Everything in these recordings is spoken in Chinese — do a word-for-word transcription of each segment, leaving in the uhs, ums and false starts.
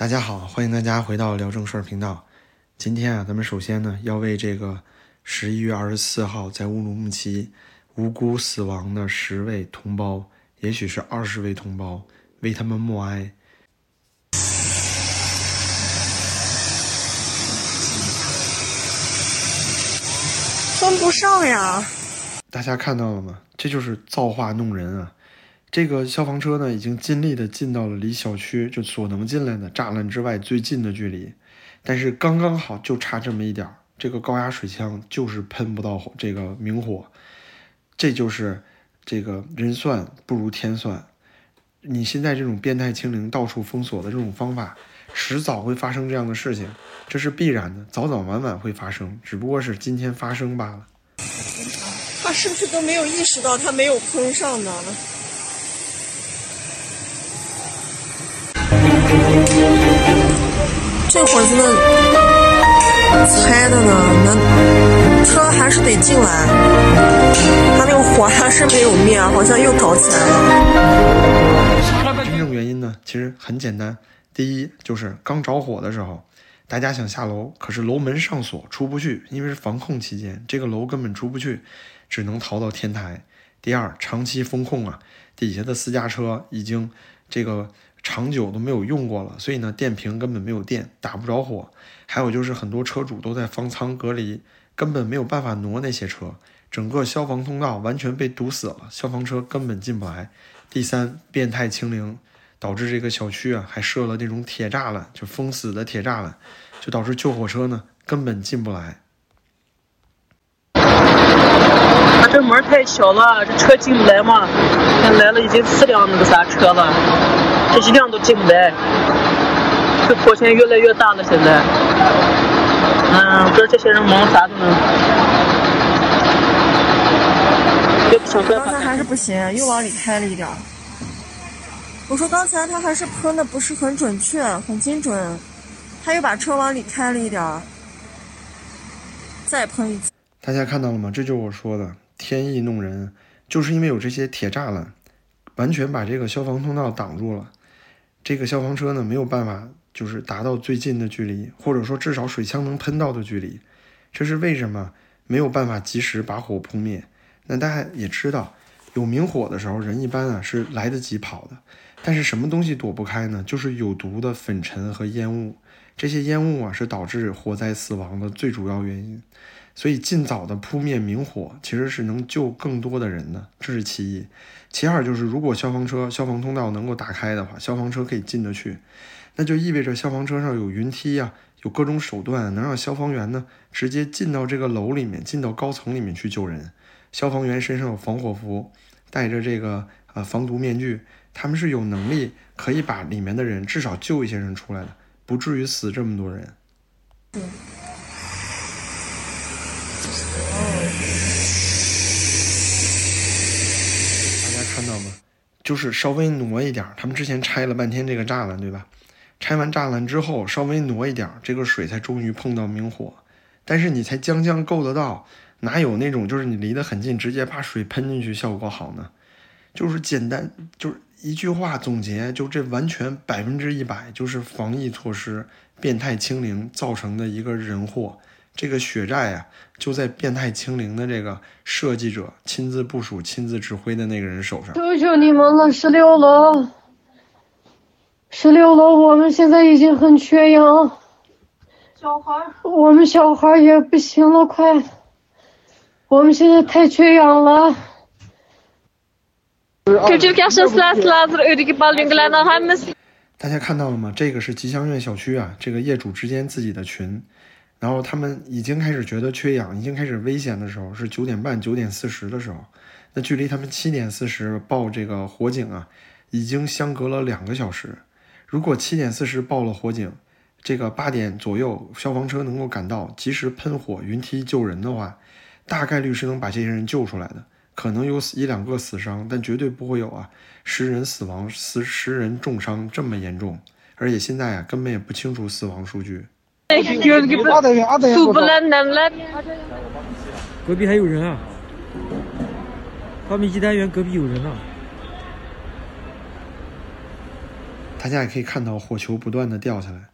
大家好，欢迎大家回到聊正事儿频道。今天啊，咱们首先呢要为这个十一月二十四号在乌鲁木齐无辜死亡的十位同胞，也许是二十位同胞，为他们默哀。 分不上呀！ 大家看到了吗？这就是造化弄人啊！这个消防车呢，已经尽力的进到了离小区就所能进来的栅栏之外最近的距离，但是刚刚好就差这么一点，这个高压水枪就是喷不到这个明火，这就是这个人算不如天算。你现在这种变态清零、到处封锁的这种方法，迟早会发生这样的事情，这是必然的，早早晚晚会发生，只不过是今天发生罢了。 他是不是都没有意识到他没有喷上呢？这会儿子们猜的呢，那车还是得进来，他那个火还是没有灭，好像又搞起来了。 真正原因呢，其实很简单，第一就是刚着火的时候，大家想下楼，可是楼门上锁，出不去，因为是防控期间，这个楼根本出不去，只能逃到天台。第二，长期封控啊，底下的私家车已经这个长久都没有用过了，所以呢，电瓶根本没有电，打不着火。还有就是很多车主都在方舱隔离，根本没有办法挪那些车，整个消防通道完全被堵死了，消防车根本进不来。第三，变态清零，导致这个小区啊还设了那种铁栅栏，就封死的铁栅栏，就导致救火车呢根本进不来。 他这门太小了，这车进不来嘛。现在来了已经四辆那个啥车了，这一辆都进不来。这火线越来越大了，现在。嗯，不知道这些人忙啥的呢？也不想刚才还是不行，又往里开了一点。我说刚才他还是喷的不是很准确，很精准，他又把车往里开了一点，再喷一次。 大家看到了吗？这就是我说的天意弄人，就是因为有这些铁栅栏，完全把这个消防通道挡住了。这个消防车呢没有办法就是达到最近的距离，或者说至少水枪能喷到的距离。这是为什么没有办法及时把火扑灭。那大家也知道，有明火的时候人一般啊是来得及跑的，但是什么东西躲不开呢？就是有毒的粉尘和烟雾，这些烟雾啊是导致火灾死亡的最主要原因。所以尽早的扑灭明火其实是能救更多的人的，这是其一。其二就是如果消防车消防通道能够打开的话，消防车可以进得去，那就意味着消防车上有云梯啊，有各种手段能让消防员呢直接进到这个楼里面，进到高层里面去救人。消防员身上有防火服，带着这个呃防毒面具，他们是有能力可以把里面的人至少救一些人出来的，不至于死这么多人。 对。 看到吗？就是稍微挪一点，他们之前拆了半天这个栅栏，对吧？拆完栅栏之后稍微挪一点，这个水才终于碰到明火。但是你才将将够得到，哪有那种就是你离得很近直接把水喷进去效果好呢？就是简单，就是一句话总结，就这完全百分之一百就是防疫措施变态清零造成的一个人祸。这个血债啊，就在变态清零的这个设计者亲自部署、亲自指挥的那个人手上。 求求你们了，十六楼，十六楼，我们现在已经很缺氧， 小孩， 我们小孩也不行了，快，我们现在太缺氧了。 大家看到了吗？这个是吉祥苑小区啊，这个业主之间自己的群。然后他们已经开始觉得缺氧，已经开始危险的时候是九点半、九点四十的时候，那距离他们七点四十报这个火警啊，已经相隔了两个小时。如果七点四十报了火警，这个八点左右消防车能够赶到，及时喷火、云梯救人的话，大概率是能把这些人救出来的。可能有一两个死伤，但绝对不会有啊十人死亡、十十人重伤这么严重。而且现在啊，根本也不清楚死亡数据。 隔壁还有人啊！他们一单元隔壁有人啊！ 大家也可以看到火球不断的掉下来。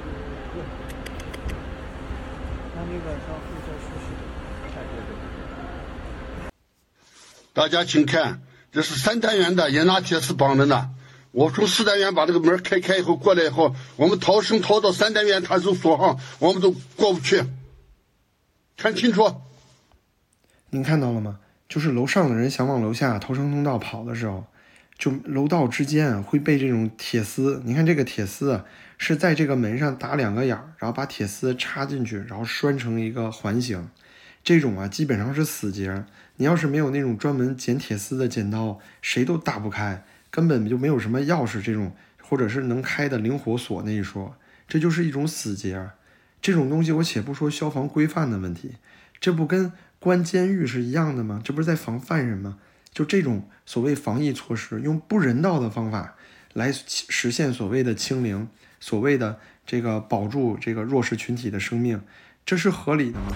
大家请看，这是三单元的，也拿铁丝绑着呢。我从四单元把这个门开开以后过来以后，我们逃生逃到三单元，它就锁上，我们都过不去。看清楚。 您看到了吗？就是楼上的人想往楼下逃生通道跑的时候，就楼道之间啊会被这种铁丝，你看这个铁丝啊是在这个门上打两个眼儿，然后把铁丝插进去，然后拴成一个环形。这种啊基本上是死结，你要是没有那种专门剪铁丝的剪刀，谁都打不开，根本就没有什么钥匙这种或者是能开的灵活锁那一说，这就是一种死结。这种东西我且不说消防规范的问题，这不跟关监狱是一样的吗？这不是在防犯人吗？就这种所谓防疫措施，用不人道的方法来实现所谓的清零，所谓的这个保住这个弱势群体的生命，这是合理的吗？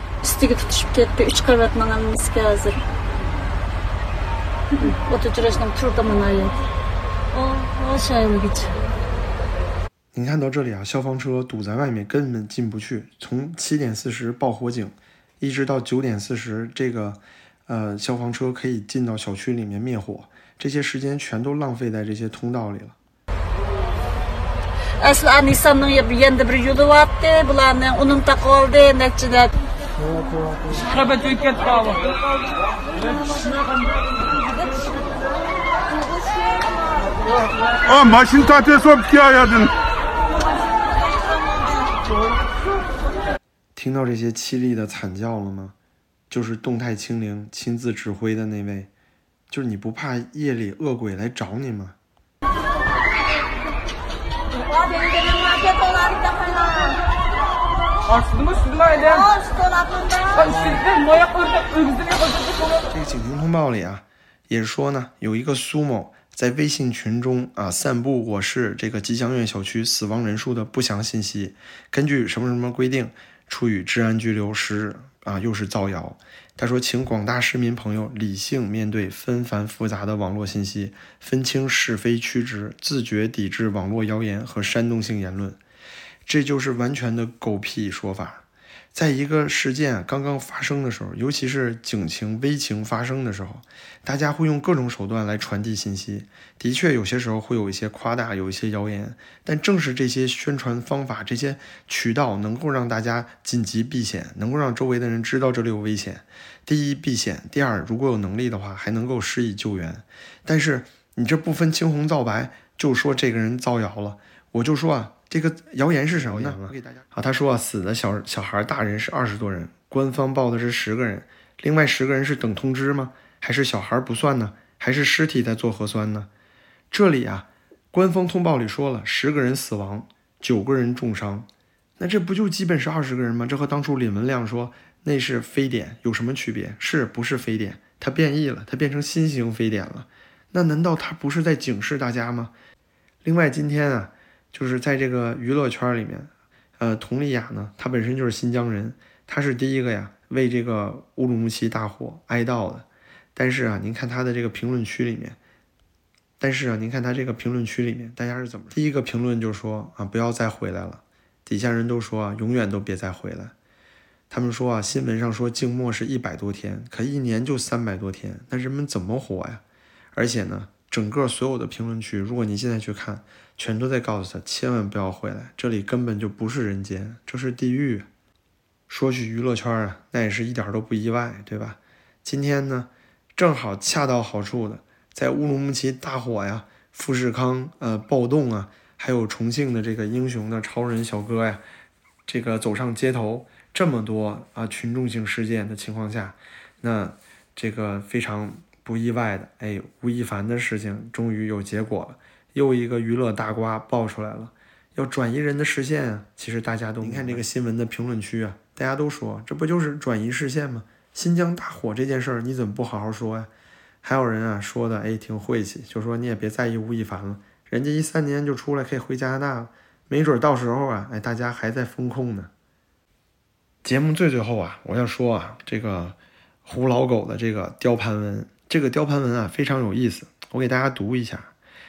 您看到这里啊，消防车堵在外面根本进不去，从七点四十报火警一直到九点四十，这个呃消防车可以进到小区里面灭火，这些时间全都浪费在这些通道里了。 Asli Anisan'ın yanında bir yolu vardı. Bularning unum taqoldi, nechilar. Şurada dökket kaldı. Ah, maşın tahtası olup yayadın. 听到这些凄厉的惨叫了吗？就是动态清零亲自指挥的那位，就是你不怕夜里恶鬼来找你吗？这个警情通报里啊，也是说呢，有一个苏某在微信群中啊散布我市这个吉祥苑小区死亡人数的不详信息，根据什么什么规定，处以治安拘留十日啊，又是造谣。他说，请广大市民朋友理性面对纷繁复杂的网络信息，分清是非曲直，自觉抵制网络谣言和煽动性言论。这就是完全的狗屁说法。在一个事件刚刚发生的时候，尤其是警情危情发生的时候，大家会用各种手段来传递信息，的确有些时候会有一些夸大，有一些谣言，但正是这些宣传方法，这些渠道能够让大家紧急避险，能够让周围的人知道这里有危险。第一，避险；第二，如果有能力的话，还能够施以救援。但是你这不分青红皂白，就说这个人造谣了，我就说啊，这个谣言是什么呢？好，他说啊，死的小小孩大人是二十多人，官方报的是十个人，另外十个人是等通知吗？还是小孩不算呢？还是尸体在做核酸呢？这里啊，官方通报里说了十个人死亡，九个人重伤，那这不就基本是二十个人吗？这和当初尹文亮说那是非典有什么区别？是不是非典？它变异了，它变成新型非典了。那难道它不是在警示大家吗？另外，今天啊，就是在这个娱乐圈里面，呃，佟丽娅呢，她本身就是新疆人，她是第一个呀为这个乌鲁木齐大火哀悼的。但是啊，您看她的这个评论区里面，但是啊，您看她这个评论区里面，大家是怎么说？第一个评论就说啊，不要再回来了。底下人都说啊，永远都别再回来。他们说啊，新闻上说静默是一百多天，可一年就三百多天，那人们怎么活呀？而且呢，整个所有的评论区，如果你现在去看，全都在告诉他千万不要回来，这里根本就不是人间，这是地狱。说起娱乐圈啊，那也是一点都不意外，对吧？今天呢，正好恰到好处的，在乌鲁木齐大火呀，富士康呃暴动啊，还有重庆的这个英雄的超人小哥呀，这个走上街头，这么多啊群众性事件的情况下，那这个非常不意外的，哎，吴亦凡的事情终于有结果了，又一个娱乐大瓜爆出来了，要转移人的视线啊！其实大家都，你看这个新闻的评论区啊，大家都说这不就是转移视线吗？新疆大火这件事儿你怎么不好好说呀？还有人啊说的哎挺晦气，就说你也别在意吴亦凡了，人家一三年就出来可以回加拿大了，没准到时候啊，哎大家还在风控呢。节目最最后啊，我要说啊，这个胡老狗的这个雕盘文，这个雕盘文啊非常有意思，我给大家读一下。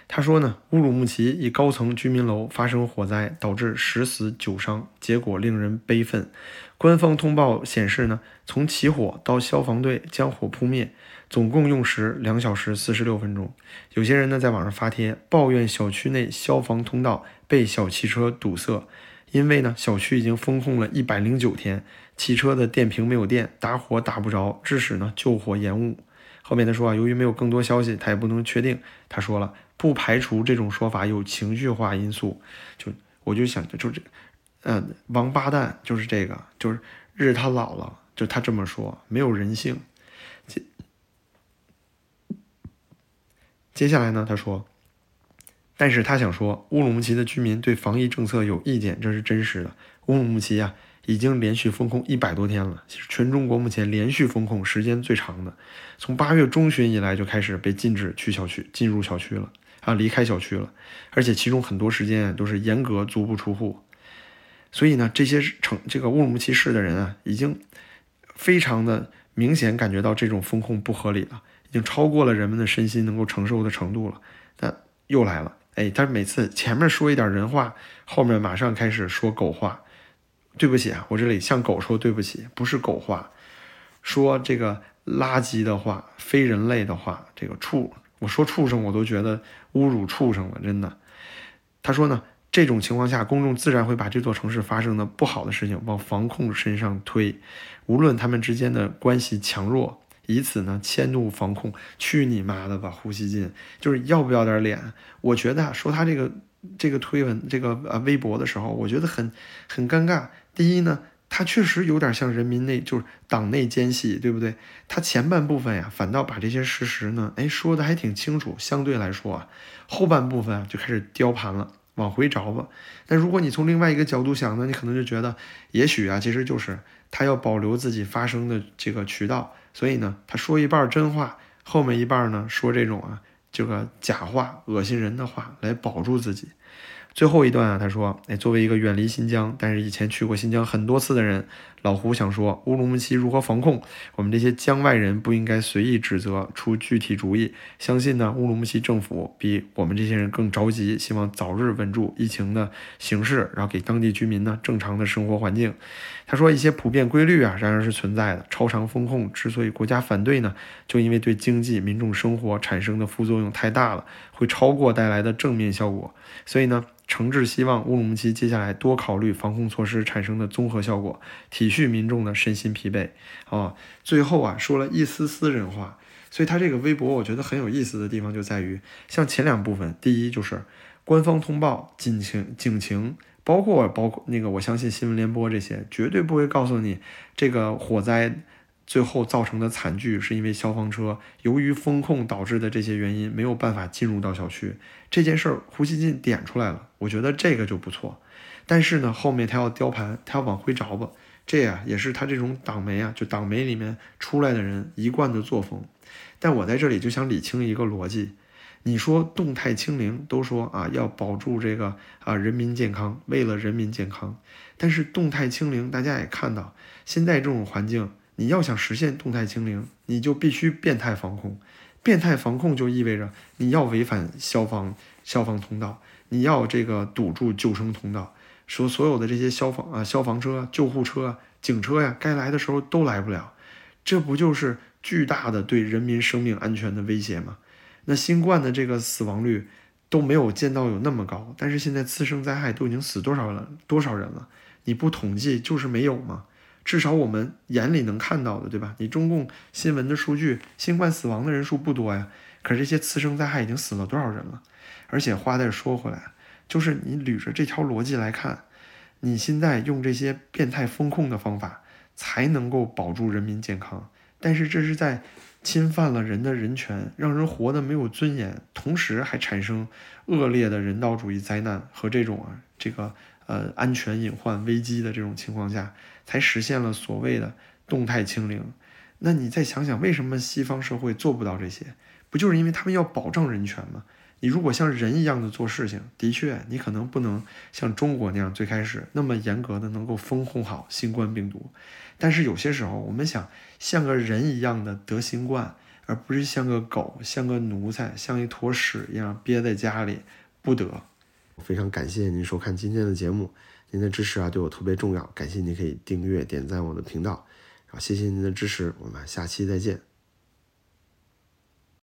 他说呢，乌鲁木齐一高层居民楼发生火灾，导致十死九伤，结果令人悲愤。官方通报显示呢，从起火到消防队将火扑灭，总共用时两小时四十六分钟。有些人呢在网上发帖抱怨小区内消防通道被小汽车堵塞，因为呢小区已经封控了一百零九天，汽车的电瓶没有电，打火打不着，致使呢救火延误。后面他说啊，由于没有更多消息，他也不能确定。他说了，不排除这种说法有情绪化因素。就我就想，就这个，嗯，王八蛋就是这个，就是日他姥姥，就他这么说，没有人性。接接下来呢，他说，但是他想说，乌鲁木齐的居民对防疫政策有意见，这是真实的。乌鲁木齐啊，已经连续封控一百多天了，是全中国目前连续封控时间最长的。从八月中旬以来就开始被禁止去小区、进入小区了啊，离开小区了，而且其中很多时间都是严格足不出户。所以呢，这些城这个乌鲁木齐市的人啊，已经非常的明显感觉到这种封控不合理了，已经超过了人们的身心能够承受的程度了。但又来了，哎，他每次前面说一点人话，后面马上开始说狗话。对不起啊，我这里向狗说对不起，不是狗话，说这个垃圾的话，非人类的话，这个畜，我说畜生我都觉得侮辱畜生了，真的。他说呢，这种情况下，公众自然会把这座城市发生的不好的事情往防控身上推，无论他们之间的关系强弱，以此呢迁怒防控。去你妈的吧，胡锡进，就是要不要点脸？我觉得说他这个这个推文这个呃微博的时候，我觉得很很尴尬。第一呢，他确实有点像人民内就是党内奸细，对不对？他前半部分呀，反倒把这些事实呢，哎说的还挺清楚，相对来说啊，后半部分啊就开始雕盘了，往回找吧。但如果你从另外一个角度想呢，你可能就觉得，也许啊，其实就是他要保留自己发声的这个渠道，所以呢，他说一半真话，后面一半呢说这种啊这个假话、恶心人的话来保住自己。最后一段啊，他说，哎，作为一个远离新疆，但是以前去过新疆很多次的人，老胡想说，乌鲁木齐如何防控，我们这些疆外人不应该随意指责，出具体主意。相信呢，乌鲁木齐政府比我们这些人更着急，希望早日稳住疫情的形势，然后给当地居民呢正常的生活环境。他说，一些普遍规律啊，仍然是存在的。超长风控之所以国家反对呢，就因为对经济、民众生活产生的副作用太大了，会超过带来的正面效果。所以呢，诚挚希望乌鲁木齐接下来多考虑防控措施产生的综合效果，体恤民众的身心疲惫。啊，最后啊说了一丝丝人话，所以他这个微博我觉得很有意思的地方就在于，像前两部分，第一就是官方通报、警情、警情，包括包括那个我相信新闻联播这些绝对不会告诉你这个火灾最后造成的惨剧是因为消防车由于风控导致的这些原因没有办法进入到小区。这件事儿胡锡进点出来了，我觉得这个就不错。但是呢，后面他要雕盘，他要往回找吧，这呀也是他这种党媒啊，就党媒里面出来的人一贯的作风。但我在这里就想理清一个逻辑，你说动态清零都说啊要保住这个啊人民健康，为了人民健康，但是动态清零大家也看到，现在这种环境，你要想实现动态清零，你就必须变态防控。变态防控就意味着你要违反消防消防通道，你要这个堵住救生通道，说所有的这些消防啊、消防车、救护车、警车呀，该来的时候都来不了，这不就是巨大的对人民生命安全的威胁吗？那新冠的这个死亡率都没有见到有那么高，但是现在次生灾害都已经死多少人多少人了？你不统计就是没有吗？至少我们眼里能看到的，对吧？你中共新闻的数据，新冠死亡的人数不多呀，可是这些次生灾害已经死了多少人了？而且话再说回来，就是你捋着这条逻辑来看，你现在用这些变态风控的方法才能够保住人民健康，但是这是在侵犯了人的人权，让人活得没有尊严，同时还产生恶劣的人道主义灾难和这种啊这个呃安全隐患危机的这种情况下，才实现了所谓的动态清零。那你再想想，为什么西方社会做不到这些？不就是因为他们要保障人权吗？你如果像人一样的做事情，的确你可能不能像中国那样最开始那么严格的能够封控好新冠病毒，但是有些时候我们想像个人一样的得新冠而不是像个狗、像个奴才、像一坨屎一样憋在家里不得。非常感谢您收看今天的节目，您的支持啊对我特别重要，感谢您可以订阅点赞我的频道，然后谢谢您的支持，我们下期再见。